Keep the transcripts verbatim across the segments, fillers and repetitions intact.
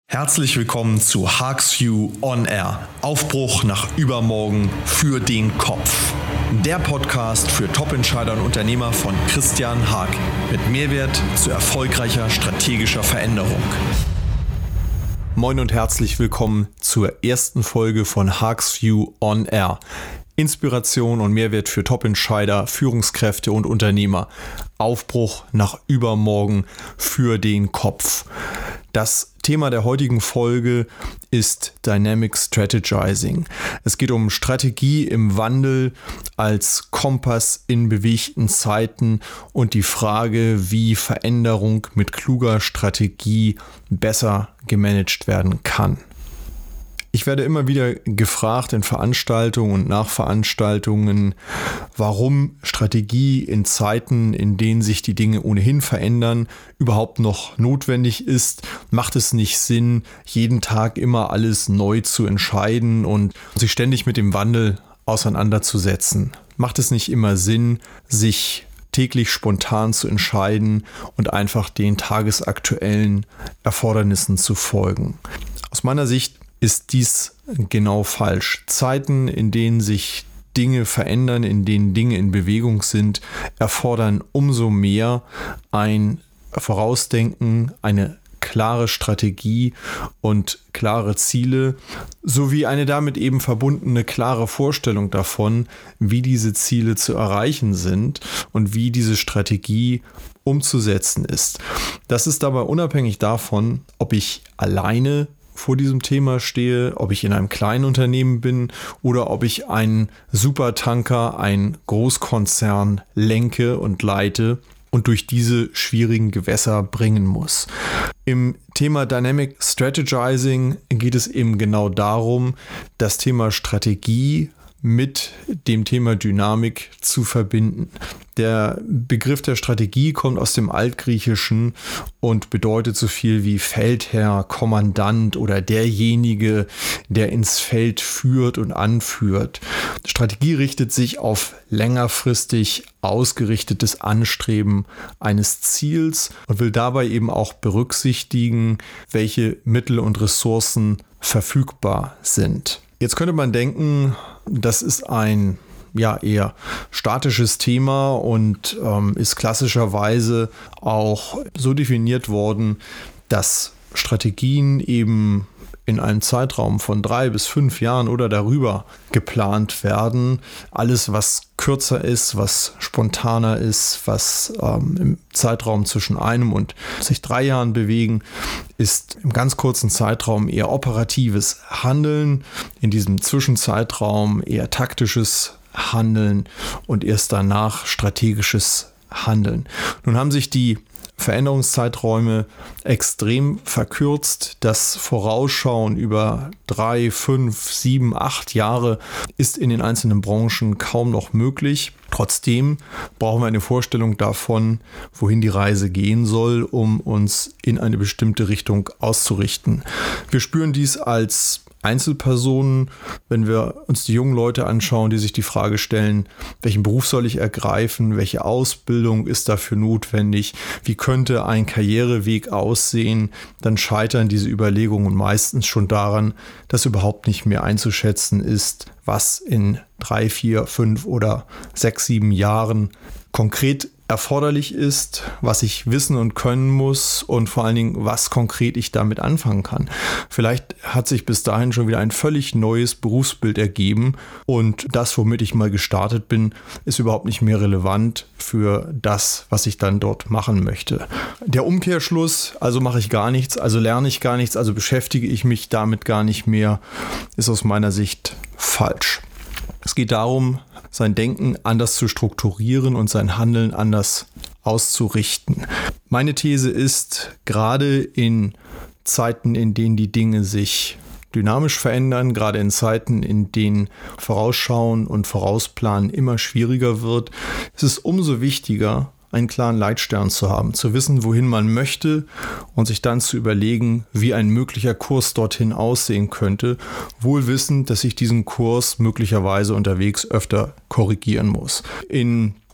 Herzlich willkommen zu HaagsView On Air. Aufbruch nach übermorgen für den Kopf. Der Podcast für Top-Entscheider und Unternehmer von Christian Haag mit Mehrwert zu erfolgreicher strategischer Veränderung. Moin und herzlich willkommen zur ersten Folge von HaagsView On Air. Inspiration und Mehrwert für Top-Entscheider, Führungskräfte und Unternehmer. Aufbruch nach übermorgen für den Kopf. Das Thema der heutigen Folge ist Dynamic Strategizing. Es geht um Strategie im Wandel als Kompass in bewegten Zeiten und die Frage, wie Veränderung mit kluger Strategie besser gemanagt werden kann. Ich werde immer wieder gefragt in Veranstaltungen und Nachveranstaltungen, warum Strategie in Zeiten, in denen sich die Dinge ohnehin verändern, überhaupt noch notwendig ist. Macht es nicht Sinn, jeden Tag immer alles neu zu entscheiden und sich ständig mit dem Wandel auseinanderzusetzen? Macht es nicht immer Sinn, sich täglich spontan zu entscheiden und einfach den tagesaktuellen Erfordernissen zu folgen? Aus meiner Sicht ist dies genau falsch. Zeiten, in denen sich Dinge verändern, in denen Dinge in Bewegung sind, erfordern umso mehr ein Vorausdenken, eine klare Strategie und klare Ziele, sowie eine damit eben verbundene klare Vorstellung davon, wie diese Ziele zu erreichen sind und wie diese Strategie umzusetzen ist. Das ist dabei unabhängig davon, ob ich alleine vor diesem Thema stehe, ob ich in einem kleinen Unternehmen bin oder ob ich einen Supertanker, einen Großkonzern lenke und leite und durch diese schwierigen Gewässer bringen muss. Im Thema Dynamic Strategizing geht es eben genau darum, das Thema Strategie mit dem Thema Dynamik zu verbinden. Der Begriff der Strategie kommt aus dem Altgriechischen und bedeutet so viel wie Feldherr, Kommandant oder derjenige, der ins Feld führt und anführt. Strategie richtet sich auf längerfristig ausgerichtetes Anstreben eines Ziels und will dabei eben auch berücksichtigen, welche Mittel und Ressourcen verfügbar sind. Jetzt könnte man denken, das ist ein ja eher statisches Thema und ähm, ist klassischerweise auch so definiert worden, dass Strategien eben in einem Zeitraum von drei bis fünf Jahren oder darüber geplant werden. Alles, was kürzer ist, was spontaner ist, was ähm, im Zeitraum zwischen einem und sich drei Jahren bewegen, ist im ganz kurzen Zeitraum eher operatives Handeln, in diesem Zwischenzeitraum eher taktisches Handeln und erst danach strategisches Handeln. Nun haben sich die Veränderungszeiträume extrem verkürzt. Das Vorausschauen über drei, fünf, sieben, acht Jahre ist in den einzelnen Branchen kaum noch möglich. Trotzdem brauchen wir eine Vorstellung davon, wohin die Reise gehen soll, um uns in eine bestimmte Richtung auszurichten. Wir spüren dies als Einzelpersonen, wenn wir uns die jungen Leute anschauen, die sich die Frage stellen, welchen Beruf soll ich ergreifen, welche Ausbildung ist dafür notwendig, wie könnte ein Karriereweg aussehen, dann scheitern diese Überlegungen meistens schon daran, dass überhaupt nicht mehr einzuschätzen ist, was in drei, vier, fünf oder sechs, sieben Jahren konkret erforderlich ist, was ich wissen und können muss und vor allen Dingen, was konkret ich damit anfangen kann. Vielleicht hat sich bis dahin schon wieder ein völlig neues Berufsbild ergeben und das, womit ich mal gestartet bin, ist überhaupt nicht mehr relevant für das, was ich dann dort machen möchte. Der Umkehrschluss, also mache ich gar nichts, also lerne ich gar nichts, also beschäftige ich mich damit gar nicht mehr, ist aus meiner Sicht falsch. Es geht darum, sein Denken anders zu strukturieren und sein Handeln anders auszurichten. Meine These ist, gerade in Zeiten, in denen die Dinge sich dynamisch verändern, gerade in Zeiten, in denen Vorausschauen und Vorausplanen immer schwieriger wird, ist es umso wichtiger, einen klaren Leitstern zu haben, zu wissen, wohin man möchte und sich dann zu überlegen, wie ein möglicher Kurs dorthin aussehen könnte, wohl wissend, dass ich diesen Kurs möglicherweise unterwegs öfter korrigieren muss. In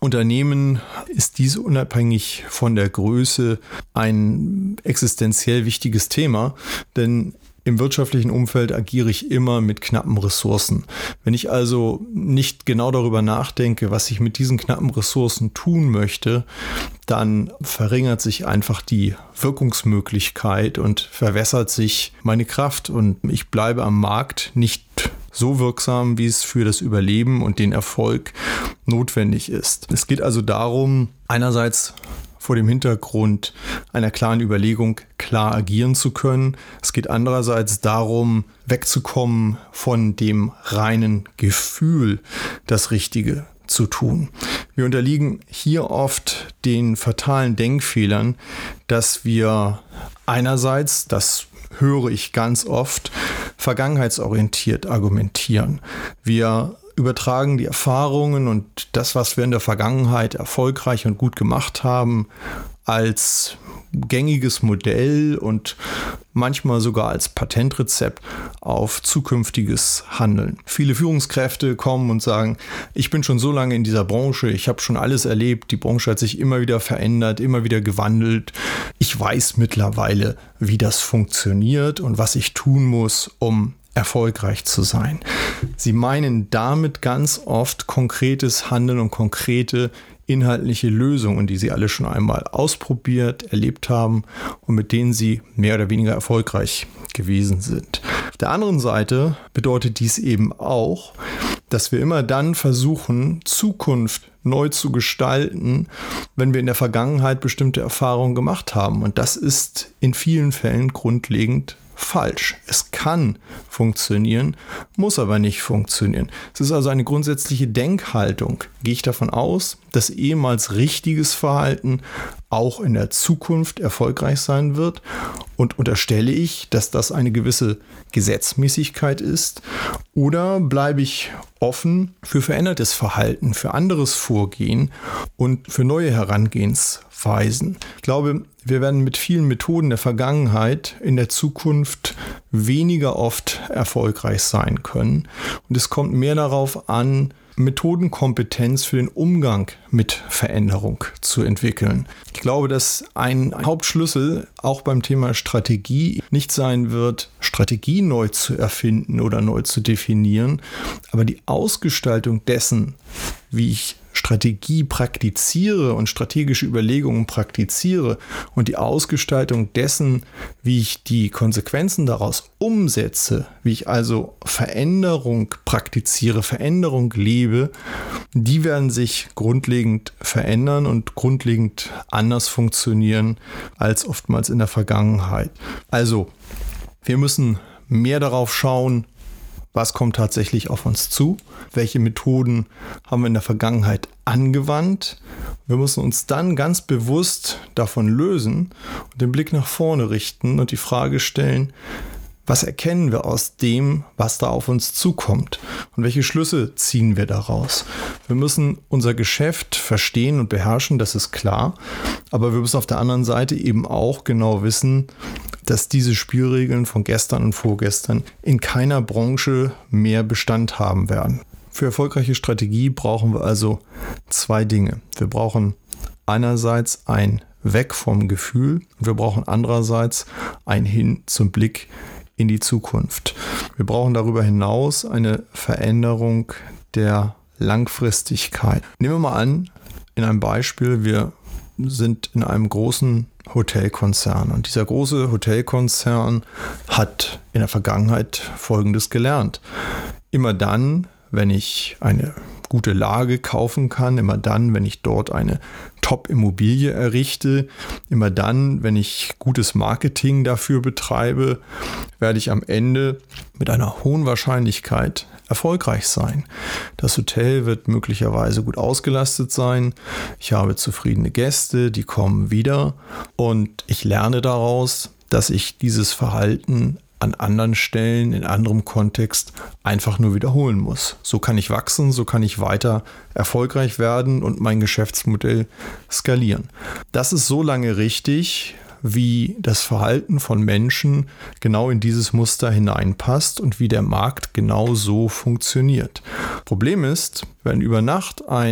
Unternehmen ist dies unabhängig von der Größe ein existenziell wichtiges Thema, denn im wirtschaftlichen Umfeld agiere ich immer mit knappen Ressourcen. Wenn ich also nicht genau darüber nachdenke, was ich mit diesen knappen Ressourcen tun möchte, dann verringert sich einfach die Wirkungsmöglichkeit und verwässert sich meine Kraft und ich bleibe am Markt nicht so wirksam, wie es für das Überleben und den Erfolg notwendig ist. Es geht also darum, einerseits vor dem Hintergrund einer klaren Überlegung klar agieren zu können. Es geht andererseits darum, wegzukommen von dem reinen Gefühl, das Richtige zu tun. Wir unterliegen hier oft den fatalen Denkfehlern, dass wir einerseits, das höre ich ganz oft, vergangenheitsorientiert argumentieren. Wir übertragen die Erfahrungen und das, was wir in der Vergangenheit erfolgreich und gut gemacht haben, als gängiges Modell und manchmal sogar als Patentrezept auf zukünftiges Handeln. Viele Führungskräfte kommen und sagen, ich bin schon so lange in dieser Branche, ich habe schon alles erlebt, die Branche hat sich immer wieder verändert, immer wieder gewandelt. Ich weiß mittlerweile, wie das funktioniert und was ich tun muss, um erfolgreich zu sein. Sie meinen damit ganz oft konkretes Handeln und konkrete inhaltliche Lösungen, die Sie alle schon einmal ausprobiert, erlebt haben und mit denen Sie mehr oder weniger erfolgreich gewesen sind. Auf der anderen Seite bedeutet dies eben auch, dass wir immer dann versuchen, Zukunft neu zu gestalten, wenn wir in der Vergangenheit bestimmte Erfahrungen gemacht haben. Und das ist in vielen Fällen grundlegend falsch. Es kann funktionieren, muss aber nicht funktionieren. Es ist also eine grundsätzliche Denkhaltung. Gehe ich davon aus, dass ehemals richtiges Verhalten auch in der Zukunft erfolgreich sein wird und unterstelle ich, dass das eine gewisse Gesetzmäßigkeit ist, oder bleibe ich offen für verändertes Verhalten, für anderes Vorgehen und für neue Herangehensweisen. Ich glaube, wir werden mit vielen Methoden der Vergangenheit in der Zukunft weniger oft erfolgreich sein können. Und es kommt mehr darauf an, Methodenkompetenz für den Umgang mit Veränderung zu entwickeln. Ich glaube, dass ein Hauptschlüssel auch beim Thema Strategie nicht sein wird, Strategie neu zu erfinden oder neu zu definieren, aber die Ausgestaltung dessen, wie ich Strategie praktiziere und strategische Überlegungen praktiziere und die Ausgestaltung dessen, wie ich die Konsequenzen daraus umsetze, wie ich also Veränderung praktiziere, Veränderung lebe, die werden sich grundlegend verändern und grundlegend anders funktionieren als oftmals in der Vergangenheit. Also, wir müssen mehr darauf schauen, was kommt tatsächlich auf uns zu? Welche Methoden haben wir in der Vergangenheit angewandt? Wir müssen uns dann ganz bewusst davon lösen und den Blick nach vorne richten und die Frage stellen, was erkennen wir aus dem, was da auf uns zukommt? Und welche Schlüsse ziehen wir daraus? Wir müssen unser Geschäft verstehen und beherrschen, das ist klar. Aber wir müssen auf der anderen Seite eben auch genau wissen, dass diese Spielregeln von gestern und vorgestern in keiner Branche mehr Bestand haben werden. Für erfolgreiche Strategie brauchen wir also zwei Dinge. Wir brauchen einerseits ein Weg vom Gefühl und wir brauchen andererseits ein Hin zum Blick in die Zukunft. Wir brauchen darüber hinaus eine Veränderung der Langfristigkeit. Nehmen wir mal an, in einem Beispiel, wir sind in einem großen Hotelkonzern und dieser große Hotelkonzern hat in der Vergangenheit Folgendes gelernt. Immer dann, wenn ich eine gute Lage kaufen kann, immer dann, wenn ich dort eine Top-Immobilie errichte, immer dann, wenn ich gutes Marketing dafür betreibe, werde ich am Ende mit einer hohen Wahrscheinlichkeit erfolgreich sein. Das Hotel wird möglicherweise gut ausgelastet sein. Ich habe zufriedene Gäste, die kommen wieder und ich lerne daraus, dass ich dieses Verhalten an anderen Stellen, in anderem Kontext einfach nur wiederholen muss. So kann ich wachsen, so kann ich weiter erfolgreich werden und mein Geschäftsmodell skalieren. Das ist so lange richtig, wie das Verhalten von Menschen genau in dieses Muster hineinpasst und wie der Markt genau so funktioniert. Problem ist, wenn über Nacht ein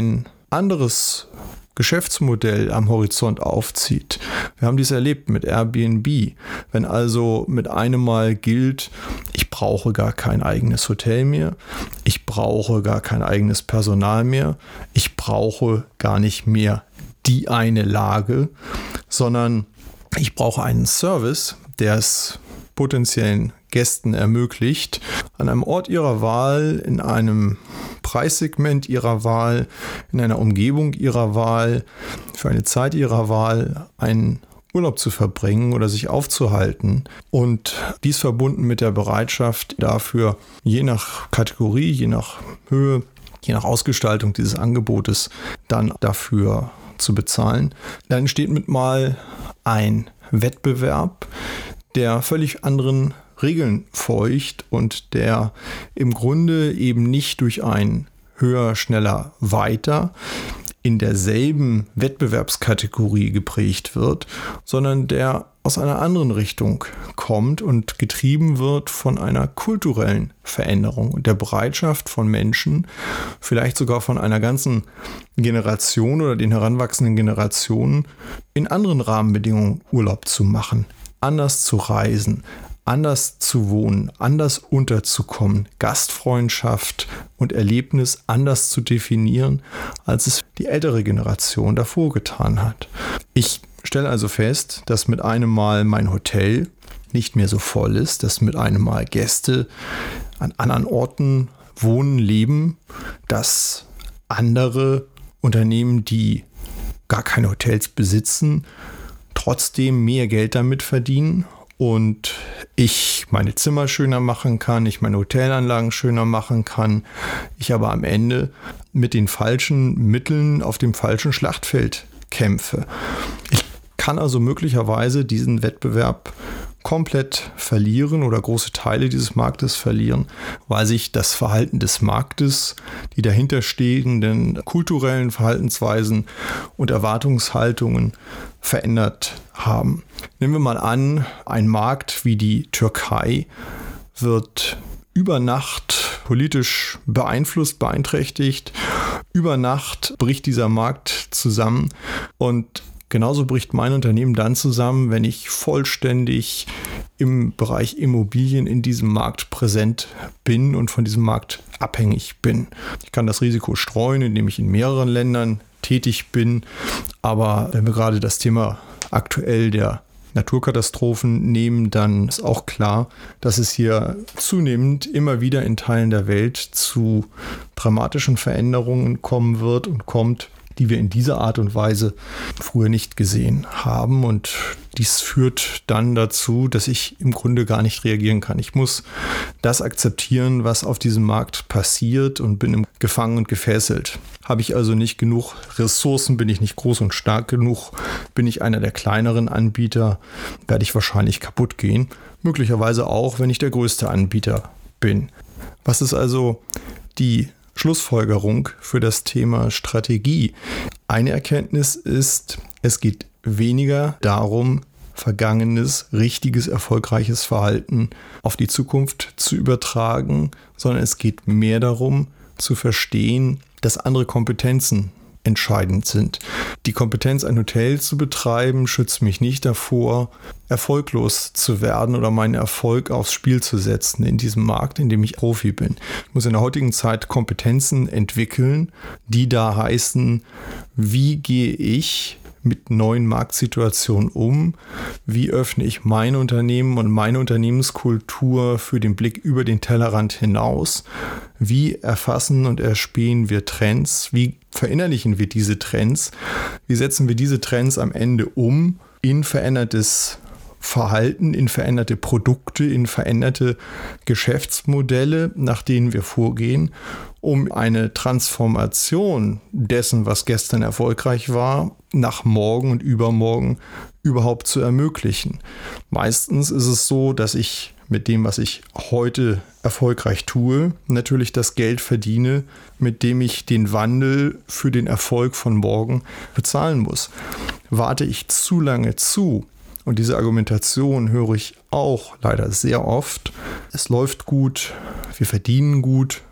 anderes Geschäftsmodell am Horizont aufzieht. Wir haben dies erlebt mit Airbnb. Wenn also mit einem Mal gilt, ich brauche gar kein eigenes Hotel mehr, ich brauche gar kein eigenes Personal mehr, ich brauche gar nicht mehr die eine Lage, sondern ich brauche einen Service, der es potenziellen Gästen ermöglicht, an einem Ort ihrer Wahl, in einem Preissegment ihrer Wahl, in einer Umgebung ihrer Wahl, für eine Zeit ihrer Wahl einen Urlaub zu verbringen oder sich aufzuhalten. Und dies verbunden mit der Bereitschaft dafür, je nach Kategorie, je nach Höhe, je nach Ausgestaltung dieses Angebotes dann dafür zu bezahlen. Dann entsteht mit mal ein Wettbewerb, der völlig anderen Regeln folgt und der im Grunde eben nicht durch ein höher, schneller, weiter in derselben Wettbewerbskategorie geprägt wird, sondern der aus einer anderen Richtung kommt und getrieben wird von einer kulturellen Veränderung und der Bereitschaft von Menschen, vielleicht sogar von einer ganzen Generation oder den heranwachsenden Generationen, in anderen Rahmenbedingungen Urlaub zu machen, anders zu reisen, anders zu wohnen, anders unterzukommen, Gastfreundschaft und Erlebnis anders zu definieren, als es die ältere Generation davor getan hat. Ich stelle also fest, dass mit einem Mal mein Hotel nicht mehr so voll ist, dass mit einem Mal Gäste an anderen Orten wohnen, leben, dass andere Unternehmen, die gar keine Hotels besitzen, trotzdem mehr Geld damit verdienen und ich meine Zimmer schöner machen kann, ich meine Hotelanlagen schöner machen kann, ich aber am Ende mit den falschen Mitteln auf dem falschen Schlachtfeld kämpfe. Ich kann also möglicherweise diesen Wettbewerb komplett verlieren oder große Teile dieses Marktes verlieren, weil sich das Verhalten des Marktes, die dahinterstehenden kulturellen Verhaltensweisen und Erwartungshaltungen verändert haben. Nehmen wir mal an, ein Markt wie die Türkei wird über Nacht politisch beeinflusst, beeinträchtigt. Über Nacht bricht dieser Markt zusammen und genauso bricht mein Unternehmen dann zusammen, wenn ich vollständig im Bereich Immobilien in diesem Markt präsent bin und von diesem Markt abhängig bin. Ich kann das Risiko streuen, indem ich in mehreren Ländern tätig bin. Aber wenn wir gerade das Thema aktuell der Naturkatastrophen nehmen, dann ist auch klar, dass es hier zunehmend immer wieder in Teilen der Welt zu dramatischen Veränderungen kommen wird und kommt, die wir in dieser Art und Weise früher nicht gesehen haben. Und dies führt dann dazu, dass ich im Grunde gar nicht reagieren kann. Ich muss das akzeptieren, was auf diesem Markt passiert und bin gefangen und gefesselt. Habe ich also nicht genug Ressourcen, bin ich nicht groß und stark genug, bin ich einer der kleineren Anbieter, werde ich wahrscheinlich kaputt gehen. Möglicherweise auch, wenn ich der größte Anbieter bin. Was ist also die Schlussfolgerung für das Thema Strategie? Eine Erkenntnis ist, es geht weniger darum, vergangenes, richtiges, erfolgreiches Verhalten auf die Zukunft zu übertragen, sondern es geht mehr darum, zu verstehen, dass andere Kompetenzen entscheidend sind. Die Kompetenz, ein Hotel zu betreiben, schützt mich nicht davor, erfolglos zu werden oder meinen Erfolg aufs Spiel zu setzen in diesem Markt, in dem ich Profi bin. Ich muss in der heutigen Zeit Kompetenzen entwickeln, die da heißen, wie gehe ich mit neuen Marktsituationen um? Wie öffne ich mein Unternehmen und meine Unternehmenskultur für den Blick über den Tellerrand hinaus? Wie erfassen und erspähen wir Trends? Wie verinnerlichen wir diese Trends? Wie setzen wir diese Trends am Ende um in verändertes Verhalten, in veränderte Produkte, in veränderte Geschäftsmodelle, nach denen wir vorgehen, um eine Transformation dessen, was gestern erfolgreich war, nach morgen und übermorgen überhaupt zu ermöglichen. Meistens ist es so, dass ich mit dem, was ich heute erfolgreich tue, natürlich das Geld verdiene, mit dem ich den Wandel für den Erfolg von morgen bezahlen muss. Warte ich zu lange zu, und diese Argumentation höre ich auch leider sehr oft. Es läuft gut, wir verdienen gut,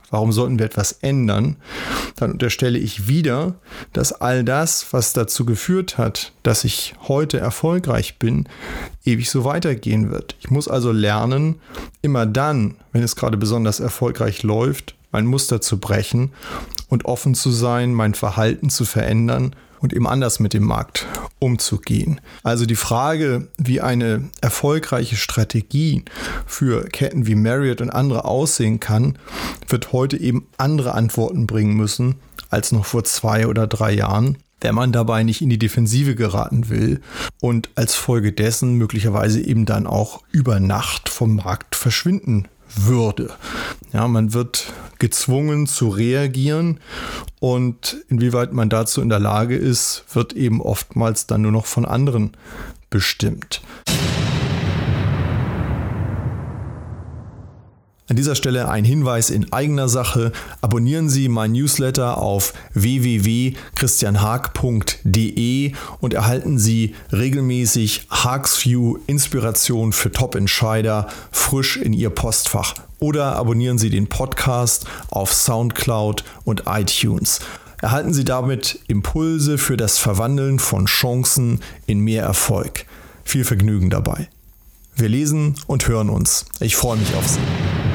warum sollten wir etwas ändern, dann unterstelle ich wieder, dass all das, was dazu geführt hat, dass ich heute erfolgreich bin, ewig so weitergehen wird. Ich muss also lernen, immer dann, wenn es gerade besonders erfolgreich läuft, mein Muster zu brechen und offen zu sein, mein Verhalten zu verändern und eben anders mit dem Markt umzugehen. Also die Frage, wie eine erfolgreiche Strategie für Ketten wie Marriott und andere aussehen kann, wird heute eben andere Antworten bringen müssen als noch vor zwei oder drei Jahren, wenn man dabei nicht in die Defensive geraten will und als Folge dessen möglicherweise eben dann auch über Nacht vom Markt verschwinden würde. Ja, man wird gezwungen zu reagieren und inwieweit man dazu in der Lage ist, wird eben oftmals dann nur noch von anderen bestimmt. An dieser Stelle ein Hinweis in eigener Sache. Abonnieren Sie mein Newsletter auf w w w punkt christian haag punkt d e und erhalten Sie regelmäßig Haags View Inspiration für Top-Entscheider frisch in Ihr Postfach. Oder abonnieren Sie den Podcast auf Soundcloud und iTunes. Erhalten Sie damit Impulse für das Verwandeln von Chancen in mehr Erfolg. Viel Vergnügen dabei. Wir lesen und hören uns. Ich freue mich auf Sie.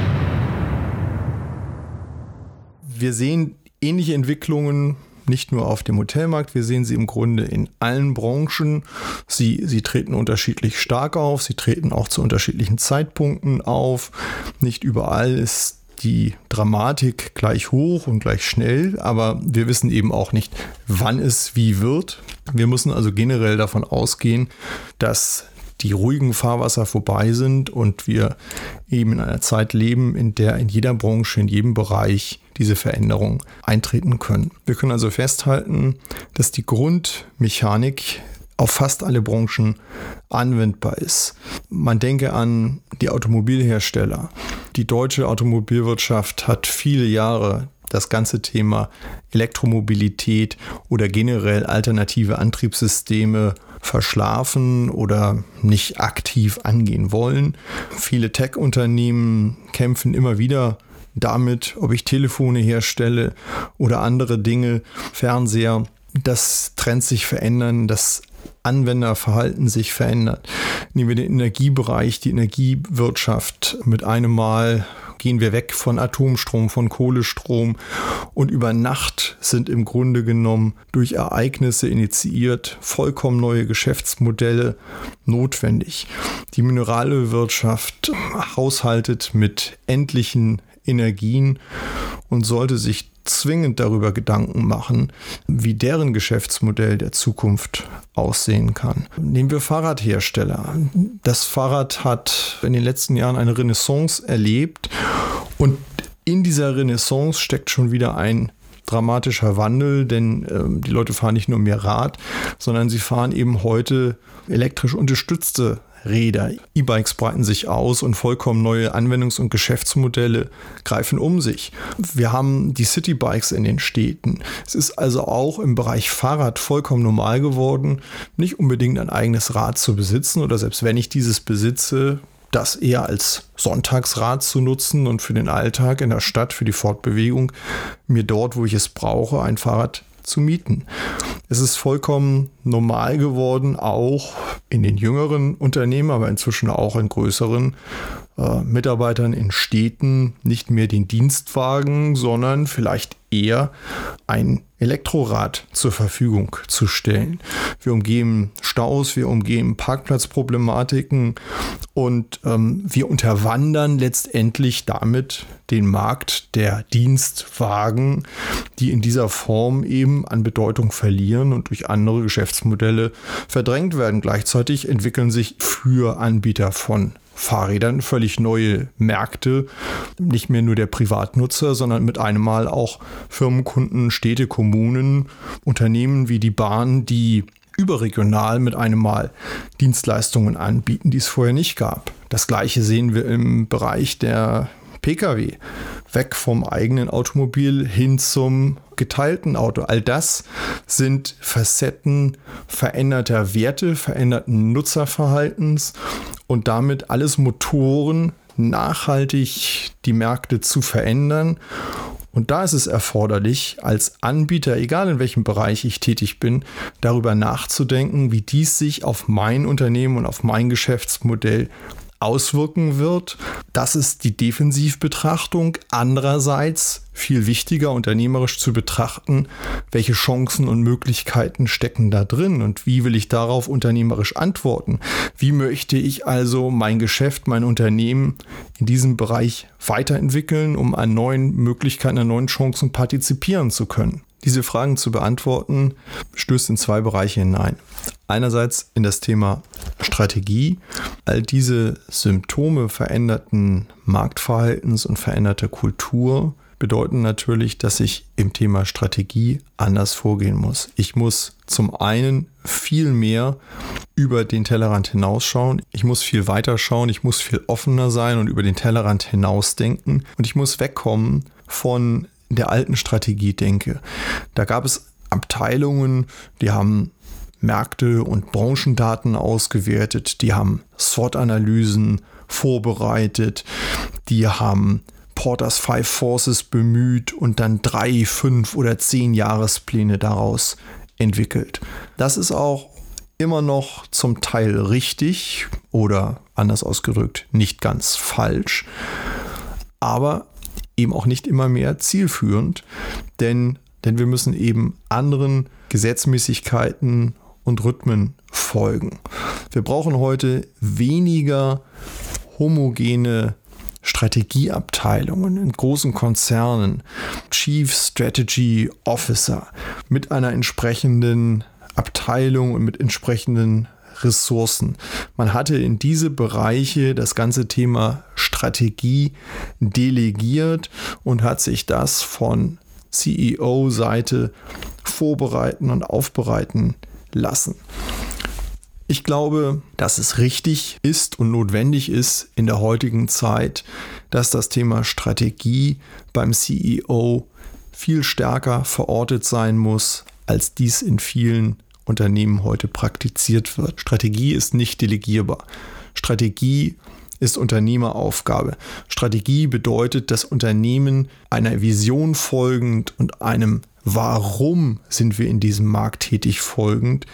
Wir sehen ähnliche Entwicklungen nicht nur auf dem Hotelmarkt, wir sehen sie im Grunde in allen Branchen. Sie, sie treten unterschiedlich stark auf, sie treten auch zu unterschiedlichen Zeitpunkten auf. Nicht überall ist die Dramatik gleich hoch und gleich schnell, aber wir wissen eben auch nicht, wann es wie wird. Wir müssen also generell davon ausgehen, dass die ruhigen Fahrwasser vorbei sind und wir eben in einer Zeit leben, in der in jeder Branche, in jedem Bereich diese Veränderungen eintreten können. Wir können also festhalten, dass die Grundmechanik auf fast alle Branchen anwendbar ist. Man denke an die Automobilhersteller. Die deutsche Automobilwirtschaft hat viele Jahre das ganze Thema Elektromobilität oder generell alternative Antriebssysteme verschlafen oder nicht aktiv angehen wollen. Viele Tech-Unternehmen kämpfen immer wieder damit, ob ich Telefone herstelle oder andere Dinge, Fernseher. Das Trends sich verändern, das Anwenderverhalten sich verändert. Nehmen wir den Energiebereich, die Energiewirtschaft. Mit einem Mal gehen wir weg von Atomstrom, von Kohlestrom und über Nacht sind im Grunde genommen durch Ereignisse initiiert vollkommen neue Geschäftsmodelle notwendig. Die Mineralölwirtschaft haushaltet mit endlichen Energien und sollte sich zwingend darüber Gedanken machen, wie deren Geschäftsmodell der Zukunft aussehen kann. Nehmen wir Fahrradhersteller. Das Fahrrad hat in den letzten Jahren eine Renaissance erlebt und in dieser Renaissance steckt schon wieder ein dramatischer Wandel, denn äh, die Leute fahren nicht nur mehr Rad, sondern sie fahren eben heute elektrisch unterstützte Räder. E-Bikes breiten sich aus und vollkommen neue Anwendungs- und Geschäftsmodelle greifen um sich. Wir haben die Citybikes in den Städten. Es ist also auch im Bereich Fahrrad vollkommen normal geworden, nicht unbedingt ein eigenes Rad zu besitzen oder selbst wenn ich dieses besitze, das eher als Sonntagsrad zu nutzen und für den Alltag in der Stadt, für die Fortbewegung, mir dort, wo ich es brauche, ein Fahrrad zu mieten. Es ist vollkommen normal geworden, auch in den jüngeren Unternehmen, aber inzwischen auch in größeren äh, Mitarbeitern in Städten nicht mehr den Dienstwagen, sondern vielleicht eher ein Elektrorad zur Verfügung zu stellen. Wir umgehen Staus, wir umgehen Parkplatzproblematiken und ähm, wir unterwandern letztendlich damit den Markt der Dienstwagen, die in dieser Form eben an Bedeutung verlieren und durch andere Geschäftsmodelle verdrängt werden. Gleichzeitig entwickeln sich für Anbieter von Fahrrädern völlig neue Märkte, nicht mehr nur der Privatnutzer, sondern mit einem Mal auch Firmenkunden, Städte, Kommunen, Unternehmen wie die Bahn, die überregional mit einem Mal Dienstleistungen anbieten, die es vorher nicht gab. Das Gleiche sehen wir im Bereich der Pkw. Weg vom eigenen Automobil hin zum geteilten Auto. All das sind Facetten veränderter Werte, veränderten Nutzerverhaltens und damit alles Motoren, nachhaltig die Märkte zu verändern Und da ist es erforderlich, als Anbieter, egal in welchem Bereich ich tätig bin, darüber nachzudenken, wie dies sich auf mein Unternehmen und auf mein Geschäftsmodell auswirken wird. Das ist die Defensivbetrachtung. Andererseits viel wichtiger, unternehmerisch zu betrachten, welche Chancen und Möglichkeiten stecken da drin und wie will ich darauf unternehmerisch antworten. Wie möchte ich also mein Geschäft, mein Unternehmen in diesem Bereich weiterentwickeln, um an neuen Möglichkeiten, an neuen Chancen partizipieren zu können. Diese Fragen zu beantworten, stößt in zwei Bereiche hinein. Einerseits in das Thema Strategie. All diese Symptome veränderten Marktverhaltens und veränderter Kultur bedeuten natürlich, dass ich im Thema Strategie anders vorgehen muss. Ich muss zum einen viel mehr über den Tellerrand hinausschauen. Ich muss viel weiter schauen. Ich muss viel offener sein und über den Tellerrand hinausdenken. Und ich muss wegkommen von der alten Strategie denke. Da gab es Abteilungen, die haben Märkte und Branchendaten ausgewertet, die haben SWOT-Analysen vorbereitet, die haben Porter's Five Forces bemüht und dann drei, fünf oder zehn Jahrespläne daraus entwickelt. Das ist auch immer noch zum Teil richtig oder anders ausgedrückt nicht ganz falsch, aber eben auch nicht immer mehr zielführend, denn, denn wir müssen eben anderen Gesetzmäßigkeiten und Rhythmen folgen. Wir brauchen heute weniger homogene Strategieabteilungen in großen Konzernen, Chief Strategy Officer mit einer entsprechenden Abteilung und mit entsprechenden Ressourcen. Man hatte in diese Bereiche das ganze Thema Strategie delegiert und hat sich das von C E O-Seite vorbereiten und aufbereiten lassen. Ich glaube, dass es richtig ist und notwendig ist in der heutigen Zeit, dass das Thema Strategie beim C E O viel stärker verortet sein muss, als dies in vielen Unternehmen heute praktiziert wird. Strategie ist nicht delegierbar. Strategie ist Unternehmeraufgabe. Strategie bedeutet, das Unternehmen einer Vision folgend und einem Warum sind wir in diesem Markt tätig folgend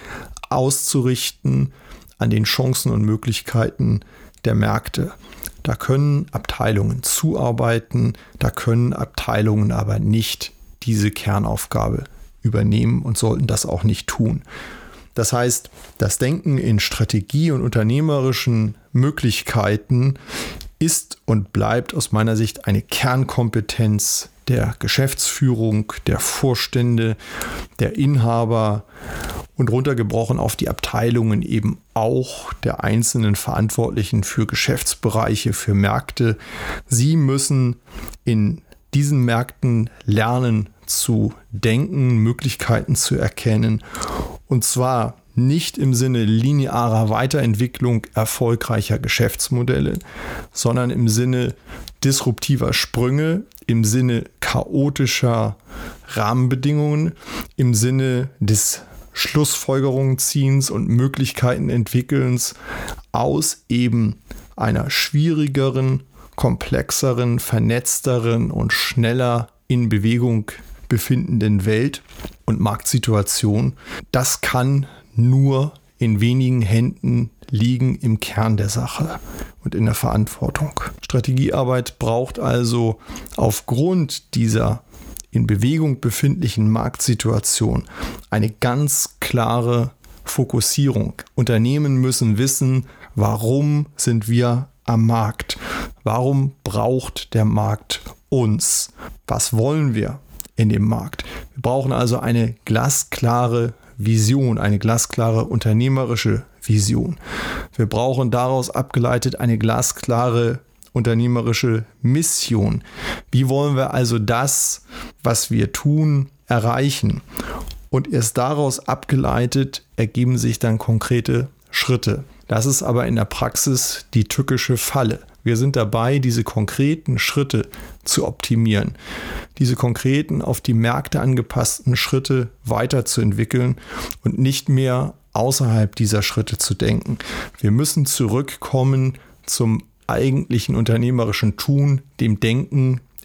auszurichten an den Chancen und Möglichkeiten der Märkte. Da können Abteilungen zuarbeiten, da können Abteilungen aber nicht diese Kernaufgabe übernehmen und sollten das auch nicht tun. Das heißt, das Denken in Strategie und unternehmerischen Möglichkeiten ist und bleibt aus meiner Sicht eine Kernkompetenz der Geschäftsführung, der Vorstände, der Inhaber und runtergebrochen auf die Abteilungen eben auch der einzelnen Verantwortlichen für Geschäftsbereiche, für Märkte. Sie müssen in diesen Märkten lernen zu denken, Möglichkeiten zu erkennen und zwar nicht im Sinne linearer Weiterentwicklung erfolgreicher Geschäftsmodelle, sondern im Sinne disruptiver Sprünge, im Sinne chaotischer Rahmenbedingungen, im Sinne des Schlussfolgerungen ziehens und Möglichkeiten entwickelns aus eben einer schwierigeren, komplexeren, vernetzteren und schneller in Bewegung befindenden Welt und Marktsituation. Das kann nur in wenigen Händen liegen im Kern der Sache und in der Verantwortung. Strategiearbeit braucht also aufgrund dieser in Bewegung befindlichen Marktsituation eine ganz klare Fokussierung. Unternehmen müssen wissen, warum sind wir am Markt? Warum braucht der Markt uns? Was wollen wir in dem Markt? Wir brauchen also eine glasklare Vision, eine glasklare unternehmerische Vision. Wir brauchen daraus abgeleitet eine glasklare unternehmerische Mission. Wie wollen wir also das, was wir tun, erreichen? Und erst daraus abgeleitet ergeben sich dann konkrete Schritte. Das ist aber in der Praxis die tückische Falle. Wir sind dabei, diese konkreten Schritte zu optimieren, diese konkreten, auf die Märkte angepassten Schritte weiterzuentwickeln und nicht mehr außerhalb dieser Schritte zu denken. Wir müssen zurückkommen zum eigentlichen unternehmerischen Tun, dem Denken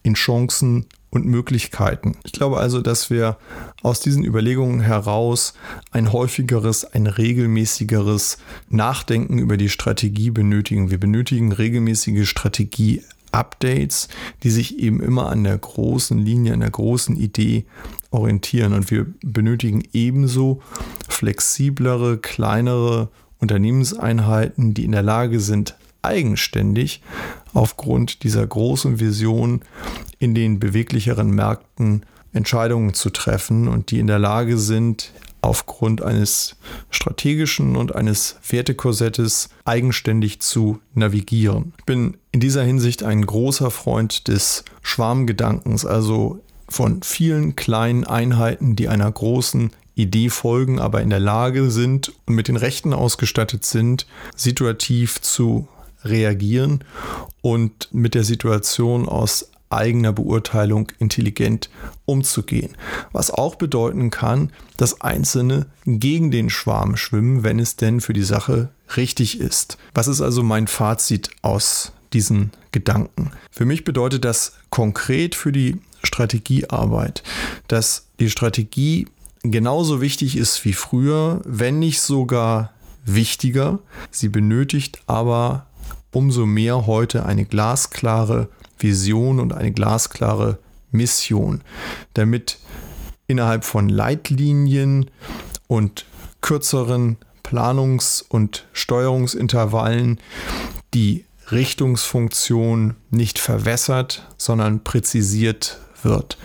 in Chancen und Möglichkeiten. Ich glaube also, dass wir aus diesen Überlegungen heraus ein häufigeres, ein regelmäßigeres Nachdenken über die Strategie benötigen. Wir benötigen regelmäßige Strategie-Updates, die sich eben immer an der großen Linie, an der großen Idee orientieren. Und wir benötigen ebenso flexiblere, kleinere Unternehmenseinheiten, die in der Lage sind, eigenständig aufgrund dieser großen Vision in den beweglicheren Märkten Entscheidungen zu treffen und die in der Lage sind, aufgrund eines strategischen und eines Wertekorsettes eigenständig zu navigieren. Ich bin in dieser Hinsicht ein großer Freund des Schwarmgedankens, also von vielen kleinen Einheiten, die einer großen Idee folgen, aber in der Lage sind und mit den Rechten ausgestattet sind, situativ zu reagieren und mit der Situation aus eigener Beurteilung intelligent umzugehen. Was auch bedeuten kann, dass Einzelne gegen den Schwarm schwimmen, wenn es denn für die Sache richtig ist. Was ist also mein Fazit aus diesen Gedanken? Für mich bedeutet das konkret für die Strategiearbeit, dass die Strategie genauso wichtig ist wie früher, wenn nicht sogar wichtiger. Sie benötigt aber umso mehr heute eine glasklare Vision und eine glasklare Mission, damit innerhalb von Leitlinien und kürzeren Planungs- und Steuerungsintervallen die Richtungsfunktion nicht verwässert, sondern präzisiert wird.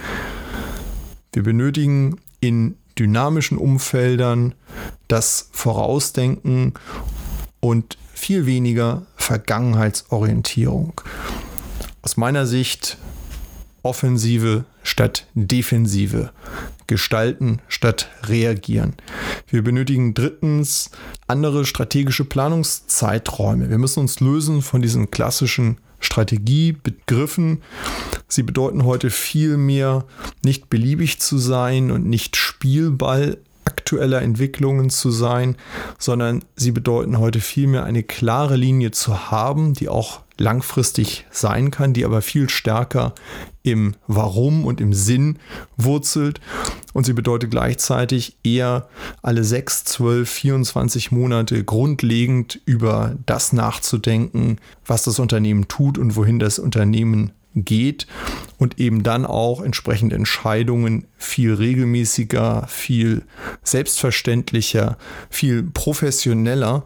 Wir benötigen in dynamischen Umfeldern das Vorausdenken und viel weniger Vergangenheitsorientierung. Aus meiner Sicht Offensive statt Defensive, gestalten statt reagieren. Wir benötigen drittens andere strategische Planungszeiträume. Wir müssen uns lösen von diesen klassischen Strategiebegriffen. Sie bedeuten heute viel mehr, nicht beliebig zu sein und nicht Spielball aktueller Entwicklungen zu sein, sondern sie bedeuten heute vielmehr eine klare Linie zu haben, die auch langfristig sein kann, die aber viel stärker im Warum und im Sinn wurzelt. Und sie bedeutet gleichzeitig eher alle sechs, zwölf, vierundzwanzig Monate grundlegend über das nachzudenken, was das Unternehmen tut und wohin das Unternehmen geht und eben dann auch entsprechend Entscheidungen viel regelmäßiger, viel selbstverständlicher, viel professioneller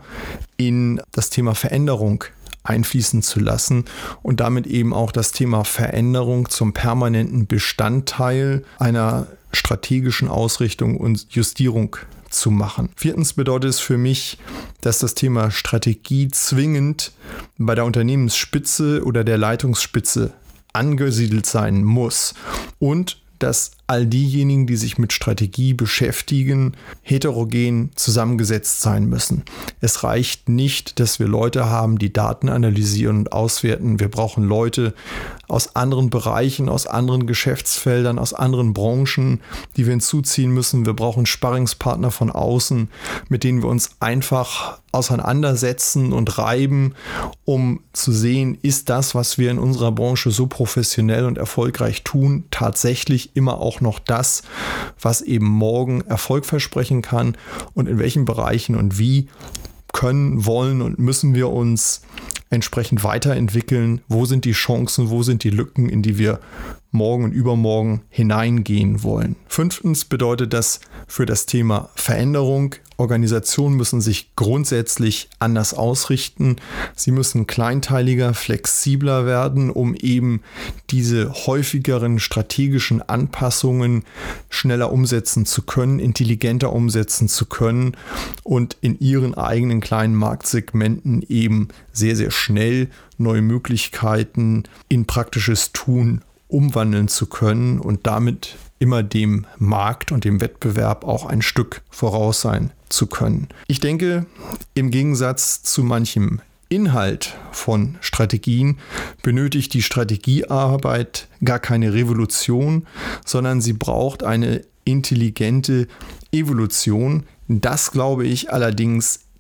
in das Thema Veränderung einfließen zu lassen und damit eben auch das Thema Veränderung zum permanenten Bestandteil einer strategischen Ausrichtung und Justierung zu machen. Viertens bedeutet es für mich, dass das Thema Strategie zwingend bei der Unternehmensspitze oder der Leitungsspitze angesiedelt sein muss und dass all diejenigen, die sich mit Strategie beschäftigen, heterogen zusammengesetzt sein müssen. Es reicht nicht, dass wir Leute haben, die Daten analysieren und auswerten. Wir brauchen Leute aus anderen Bereichen, aus anderen Geschäftsfeldern, aus anderen Branchen, die wir hinzuziehen müssen. Wir brauchen Sparringspartner von außen, mit denen wir uns einfach auseinandersetzen und reiben, um zu sehen, ist das, was wir in unserer Branche so professionell und erfolgreich tun, tatsächlich immer auch noch das, was eben morgen Erfolg versprechen kann und in welchen Bereichen und wie können, wollen und müssen wir uns entsprechend weiterentwickeln. Wo sind die Chancen, wo sind die Lücken, in die wir morgen und übermorgen hineingehen wollen. Fünftens bedeutet das für das Thema Veränderung. Organisationen müssen sich grundsätzlich anders ausrichten. Sie müssen kleinteiliger, flexibler werden, um eben diese häufigeren strategischen Anpassungen schneller umsetzen zu können, intelligenter umsetzen zu können und in ihren eigenen kleinen Marktsegmenten eben sehr, sehr schnell neue Möglichkeiten in praktisches Tun umwandeln zu können und damit immer dem Markt und dem Wettbewerb auch ein Stück voraus sein zu können. Ich denke, im Gegensatz zu manchem Inhalt von Strategien benötigt die Strategiearbeit gar keine Revolution, sondern sie braucht eine intelligente Evolution. Das glaube ich allerdings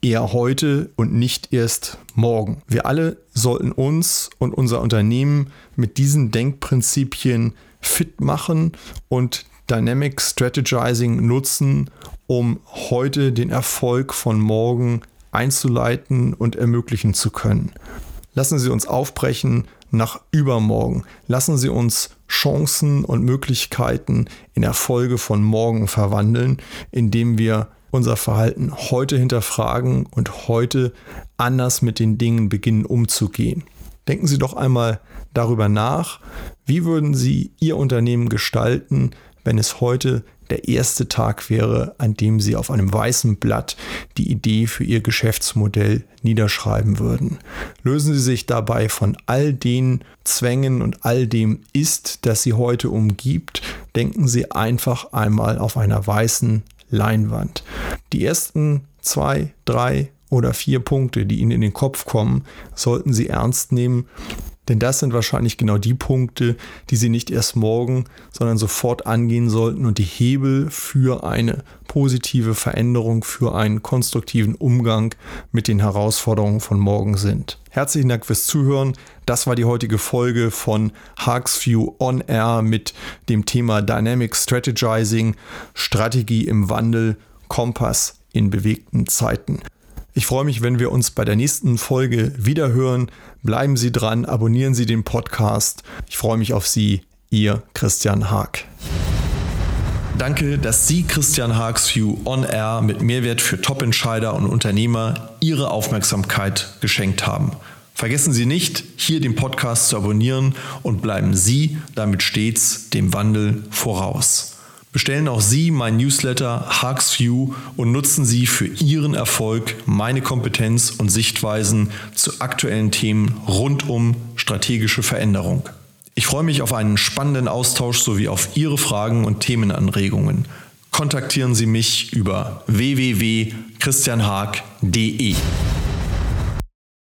eher heute und nicht erst morgen. Wir alle sollten uns und unser Unternehmen mit diesen Denkprinzipien fit machen und Dynamic Strategizing nutzen, um heute den Erfolg von morgen einzuleiten und ermöglichen zu können. Lassen Sie uns aufbrechen nach übermorgen. Lassen Sie uns Chancen und Möglichkeiten in Erfolge von morgen verwandeln, indem wir unser Verhalten heute hinterfragen und heute anders mit den Dingen beginnen umzugehen. Denken Sie doch einmal darüber nach, wie würden Sie Ihr Unternehmen gestalten, wenn es heute der erste Tag wäre, an dem Sie auf einem weißen Blatt die Idee für Ihr Geschäftsmodell niederschreiben würden. Lösen Sie sich dabei von all den Zwängen und all dem Ist, das Sie heute umgibt. Denken Sie einfach einmal auf einer weißen Leinwand. Die ersten zwei, drei oder vier Punkte, die Ihnen in den Kopf kommen, sollten Sie ernst nehmen. Denn das sind wahrscheinlich genau die Punkte, die Sie nicht erst morgen, sondern sofort angehen sollten und die Hebel für eine positive Veränderung, für einen konstruktiven Umgang mit den Herausforderungen von morgen sind. Herzlichen Dank fürs Zuhören. Das war die heutige Folge von Harks View On Air mit dem Thema Dynamic Strategizing, Strategie im Wandel, Kompass in bewegten Zeiten. Ich freue mich, wenn wir uns bei der nächsten Folge wiederhören. Bleiben Sie dran, abonnieren Sie den Podcast. Ich freue mich auf Sie, Ihr Christian Haag. Danke, dass Sie Christian Haags View On Air mit Mehrwert für Top-Entscheider und Unternehmer Ihre Aufmerksamkeit geschenkt haben. Vergessen Sie nicht, hier den Podcast zu abonnieren und bleiben Sie damit stets dem Wandel voraus. Bestellen auch Sie mein Newsletter Haags View und nutzen Sie für Ihren Erfolg meine Kompetenz und Sichtweisen zu aktuellen Themen rund um strategische Veränderung. Ich freue mich auf einen spannenden Austausch sowie auf Ihre Fragen und Themenanregungen. Kontaktieren Sie mich über w w w punkt christian haag punkt d e.